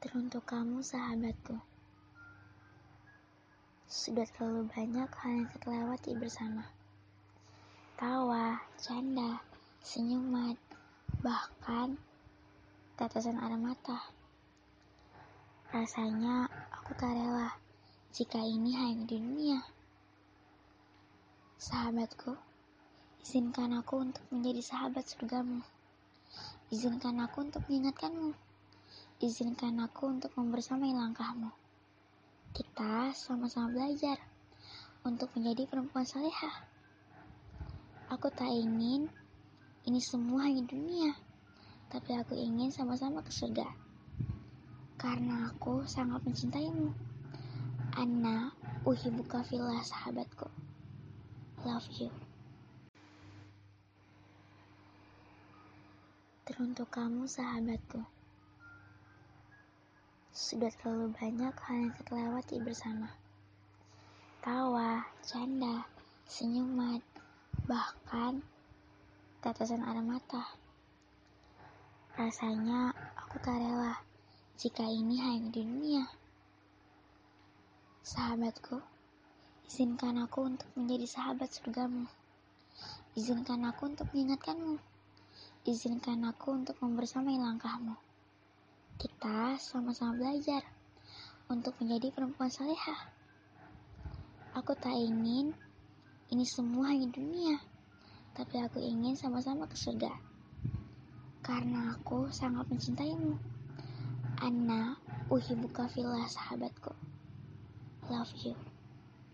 Teruntuk kamu sahabatku, sudah terlalu banyak hal yang kita lewati bersama. Tawa, canda, senyuman, bahkan tetesan air mata. Rasanya aku tak rela jika ini hanya di dunia. Sahabatku, izinkan aku untuk menjadi sahabat surgamu. Izinkan aku untuk mengingatkanmu. Izinkan aku untuk membersamai langkahmu. Kita sama-sama belajar untuk menjadi perempuan salehah. Aku tak ingin ini semua hanya dunia, tapi aku ingin sama-sama ke surga. Karena aku sangat mencintaimu. Ana uhibbuka fillah, sahabatku. Love you. Teruntuk kamu sahabatku, sudah terlalu banyak hal yang kita lewati bersama. Tawa, canda, senyuman, bahkan tetesan air mata. Rasanya aku tak rela jika ini hanya di dunia. Sahabatku, izinkan aku untuk menjadi sahabat surgamu. Izinkan aku untuk mengingatkanmu. Izinkan aku untuk membersamai langkahmu. Kita sama-sama belajar untuk menjadi perempuan salehah. Aku tak ingin ini semua hanya dunia, tapi aku ingin sama-sama ke surga. Karena aku sangat mencintaimu. Ana uhibbuka fillah, sahabatku. Love you.